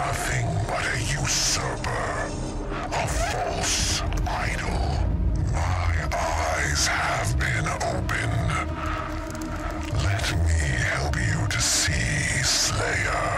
nothing but a usurper, a false idol. My eyes have been opened. Let me help you to see, Slayer.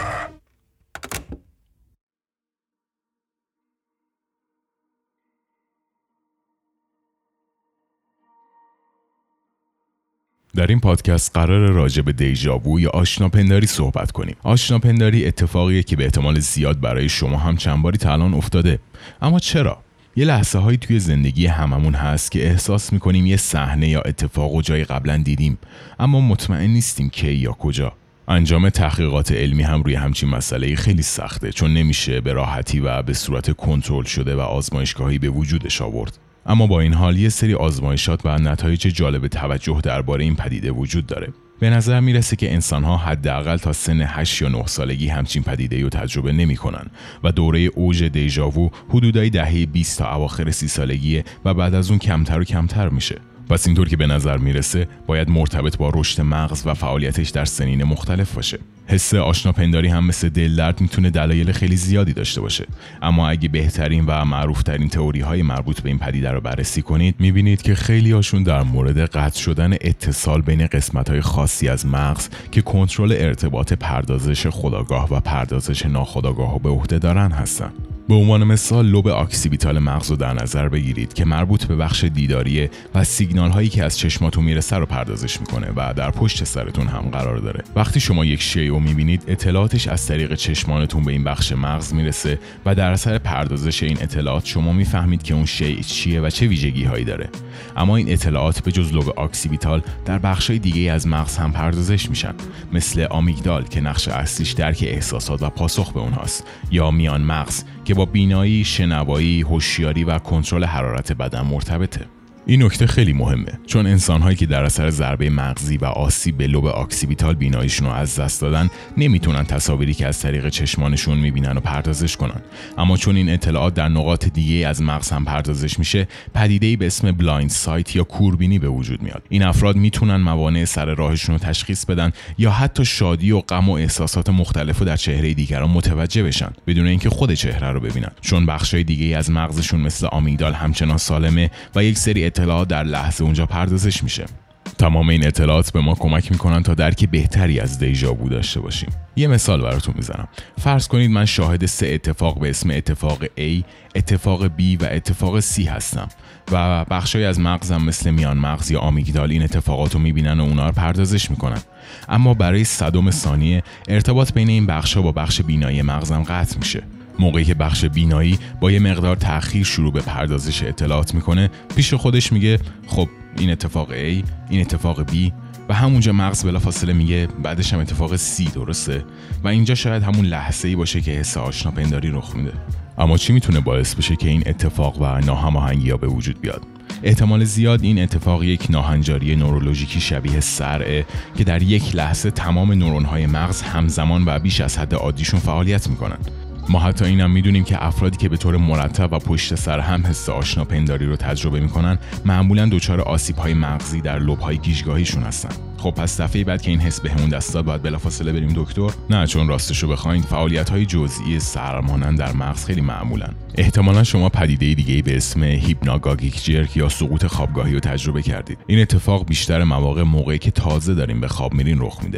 در این پادکست قرار راجع به دیجاوو یا آشناپنداری صحبت کنیم. آشناپنداری اتفاقیه که به احتمال زیاد برای شما هم چند باری تا الان افتاده. اما چرا؟ یه لحظه هایی توی زندگی هممون هست که احساس میکنیم یه صحنه یا اتفاق و جایی قبلا دیدیم، اما مطمئن نیستیم کی یا کجا. انجام تحقیقات علمی هم روی همچین مسئله خیلی سخته، چون نمیشه به راحتی و به صورت کنترل شده و آزمایشگاهی به وجودش آورد. اما با این حال یه سری آزمایشات و نتایج جالب توجه درباره این پدیده وجود داره. به نظر میرسه که انسان‌ها حداقل تا سن 8 یا 9 سالگی همچین پدیده‌ای رو تجربه نمی‌کنن و دوره اوج دیجاوو حدودای دهه 20 تا اواخر 30 سالگیه و بعد از اون کمتر و کمتر میشه. پس اینطور که به نظر میرسه باید مرتبط با رشد مغز و فعالیتش در سنین مختلف باشه. حس آشناپنداری هم مثل دلدرد میتونه دلایل خیلی زیادی داشته باشه، اما اگه بهترین و معروفترین تئوری‌های مربوط به این پدیده رو بررسی کنید میبینید که خیلی هاشون در مورد قطع شدن اتصال بین قسمت‌های خاصی از مغز که کنترل ارتباط پردازش خودآگاه و پردازش ناخودآگاه رو به عهده دارن هستن. به عنوان مثال لوب آکسیپیتال مغز رو در نظر بگیرید که مربوط به بخش دیداریه و سیگنال هایی که از چشماتون میرسه رو پردازش میکنه و در پشت سرتون هم قرار داره. وقتی شما یک شیء رو میبینید اطلاعاتش از طریق چشمانتون به این بخش مغز میرسه و در اثر پردازش این اطلاعات شما میفهمید که اون شیء چیه و چه ویژگی هایی داره. اما این اطلاعات به جز لوب آکسیپیتال در بخش‌های دیگه از مغز هم پردازش میشن، مثل آمیگدال که نقش اصلیش درک احساسات و پاسخ به اونهاست، یا میان مغز که با بینایی، شنوایی، هوشیاری و کنترل حرارت بدن مرتبطه. این نکته خیلی مهمه، چون انسان‌هایی که در اثر ضربه مغزی و آسیب به لوب آکسیپیتال بیناییشون رو از دست دادن نمیتونن تصاویری که از طریق چشمانشون میبینن و پردازش کنن. اما چون این اطلاعات در نقاط دیگه از مغز هم پردازش میشه، پدیده‌ای به اسم بلایند سایت یا کوربینی به وجود میاد. این افراد میتونن موانع سر راهشون رو تشخیص بدن یا حتی شادی و غم و احساسات مختلفو در چهره دیگران متوجه بشن بدون اینکه خود چهره رو ببینن، چون بخشای دیگه از مغزشون مثل آمیگدال همچنان سالمه و یک سری اطلاعات در لحظه اونجا پردازش میشه. تمام این اطلاعات به ما کمک میکنن تا درک بهتری از دیجاوو داشته باشیم. یه مثال براتون میزنم. فرض کنید من شاهد 3 اتفاق به اسم اتفاق A، اتفاق B و اتفاق C هستم و بخشای از مغزم مثل میان مغز یا آمیگدال این اتفاقات رو میبینن و اونا رو پردازش میکنن. اما برای 100 ثانیه ارتباط بین این بخشا با بخش بینایی مغزم قطع میشه. موقعی که بخش بینایی با یه مقدار تأخیر شروع به پردازش اطلاعات میکنه، پیش خودش میگه خب این اتفاق A، این اتفاق B و همونجا مغز بلافاصله میگه بعدش هم اتفاق C، درسته؟ و اینجا شاید همون لحظه‌ای باشه که حس آشناپنداری رخ میده. اما چی میتونه باعث بشه که این اتفاق و ناهماهنگی‌ها به وجود بیاد؟ احتمال زیاد این اتفاق یک ناهنجاری نورولوژیکی شبیه صرعه که در یک لحظه تمام نورون‌های مغز همزمان و بیش از حد عادیشون فعالیت میکنن. ما حتی اینم میدونیم که افرادی که به طور مرتب و پشت سر هم حس آشناپنداری رو تجربه میکنن معمولاً دچار آسیب‌های مغزی در لوب‌های گیجگاهیشون هستن. خب پس دفعه بعد که این حس بهمون دست داد باید بلافاصله بریم دکتر؟ نه، چون راستشو بخواید فعالیت‌های جزئی سرمانند در مغز خیلی معمولن. احتمالاً شما پدیده دیگه‌ای به اسم هیپناگاگیک جرک یا سقوط خوابگاهی رو تجربه کردید. این اتفاق بیشتر مواقع موقعی که تازه دارین به خواب میرین رخ میده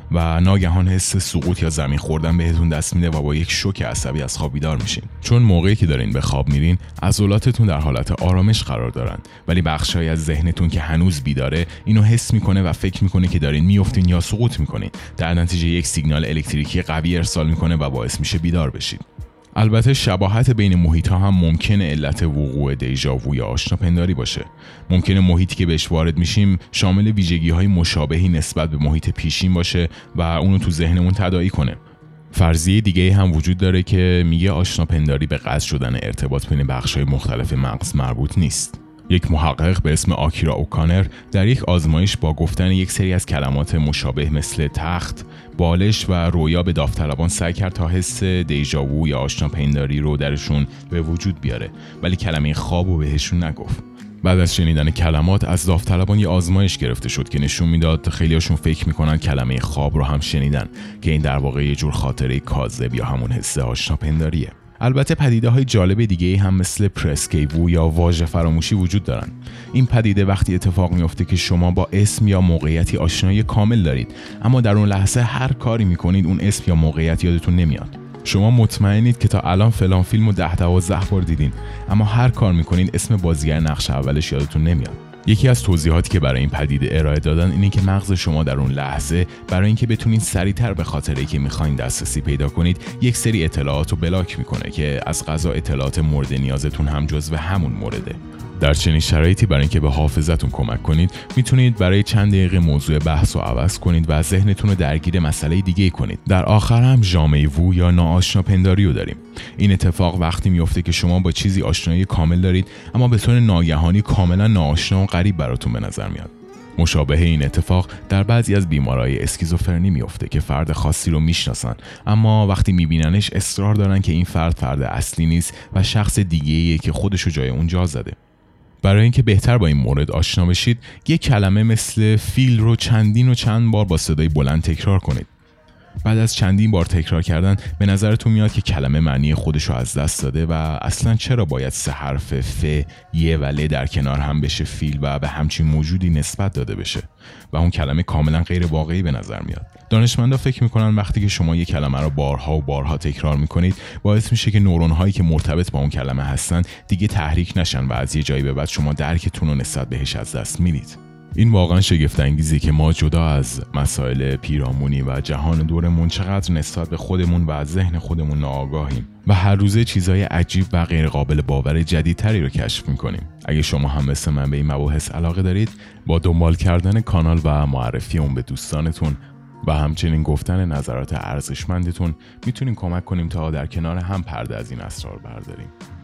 و ناگهان حس سقوط یا زمین خوردن بهتون دست میده و با یک شوک عصبی از خواب بیدار میشین. چون موقعی که دارین به خواب میرین عضلاتتون در حالت آرامش قرار دارن، ولی بخشایی از ذهنتون که هنوز بیداره اینو حس میکنه و فکر میکنه که دارین میافتین یا سقوط میکنین. در نتیجه یک سیگنال الکتریکی قوی ارسال میکنه و باعث میشه بیدار بشید. البته شباهت بین محیط‌ها هم ممکنه علت وقوع دیجاوو یا آشناپنداری باشه. ممکنه محیطی که بهش وارد میشیم شامل ویژگی‌های مشابهی نسبت به محیط پیشین باشه و اونو تو ذهنمون تداعی کنه. فرضیه دیگه هم وجود داره که میگه آشناپنداری به قطع شدن ارتباط بین بخش‌های مختلف مغز مربوط نیست. یک محقق به اسم آکیرا اوکانر در یک آزمایش با گفتن یک سری از کلمات مشابه مثل تخت، بالش و رویا به داوطلبان سعی کرد تا حس دیجاوو یا آشناپنداری رو درشون به وجود بیاره، ولی کلمه خواب رو بهشون نگفت. بعد از شنیدن کلمات از داوطلبان یه آزمایش گرفته شد که نشون میداد خیلیاشون فکر میکنن کلمه خواب رو هم شنیدن که این در واقع یه جور خاطره کاذب یا همون حس آشناپنداریه. البته پدیده‌های جالب دیگه‌ای هم مثل پرسکیوو یا واژه فراموشی وجود دارن. این پدیده وقتی اتفاق میفته که شما با اسم یا موقعیتی آشنایی کامل دارید، اما در اون لحظه هر کاری میکنید اون اسم یا موقعیت یادتون نمیاد. شما مطمئنید که تا الان فلان فیلمو 10-12 بار دیدین، اما هر کار میکنید اسم بازیگر نقش اولش یادتون نمیاد. یکی از توضیحاتی که برای این پدیده ارائه دادن اینه که مغز شما در اون لحظه برای اینکه بتونید سریعتر به خاطره‌ای که می‌خواید دسترسی پیدا کنید، یک سری اطلاعات رو بلاک میکنه که از قضا اطلاعات مورد نیازتون هم جزو همون مورده. در چنین شرایطی برای اینکه به حافظتون کمک کنید، میتونید برای چند دقیقه موضوع بحث رو عوض کنید و ذهنتون رو درگیر مسئله دیگه کنید. در آخر هم ژامه وو یا ناآشناپنداری رو داریم. این اتفاق وقتی میفته که شما با چیزی آشنایی کامل دارید، اما به طور ناگهانی کاملا ناآشنا و غریب براتون به نظر میاد. مشابه این اتفاق در بعضی از بیمارای اسکیزوفرنی میفته که فرد خاصی رو میشناسن، اما وقتی میبیننش اصرار دارن که این فرد اصلی نیست و شخص دیگه‌ایه که خودشو جای اون جا زده. برای اینکه بهتر با این مورد آشنا بشید، یک کلمه مثل فیل رو چند بار با صدای بلند تکرار کنید. بعد از چندین بار تکرار کردن به نظرتون میاد که کلمه معنی خودش رو از دست داده و اصلا چرا باید 3 حرف ف، ی و ل در کنار هم بشه فیل و به همچین موجودی نسبت داده بشه و اون کلمه کاملا غیر واقعی به نظر میاد. دانشمندا فکر میکنن وقتی که شما یک کلمه رو بارها تکرار میکنید، باعث میشه که نورون هایی که مرتبط با اون کلمه هستن دیگه تحریک نشن و از یه جایی به بعد شما درکتون رو نسبت بهش از دست میدید. این واقعا شگفت انگیزه که ما جدا از مسائل پیرامونی و جهان دورمون چقدر نسبت به خودمون و ذهن خودمون ناآگاهیم و هر روزه چیزای عجیب و غیر قابل باور جدیدتری رو کشف میکنیم. اگه شما هم مثل من به این مباحث علاقه دارید، با دنبال کردن کانال و معرفی اون به دوستانتون و همچنین گفتن نظرات ارزشمندتون میتونیم کمک کنیم تا در کنار هم پرده از این اسرار برداریم.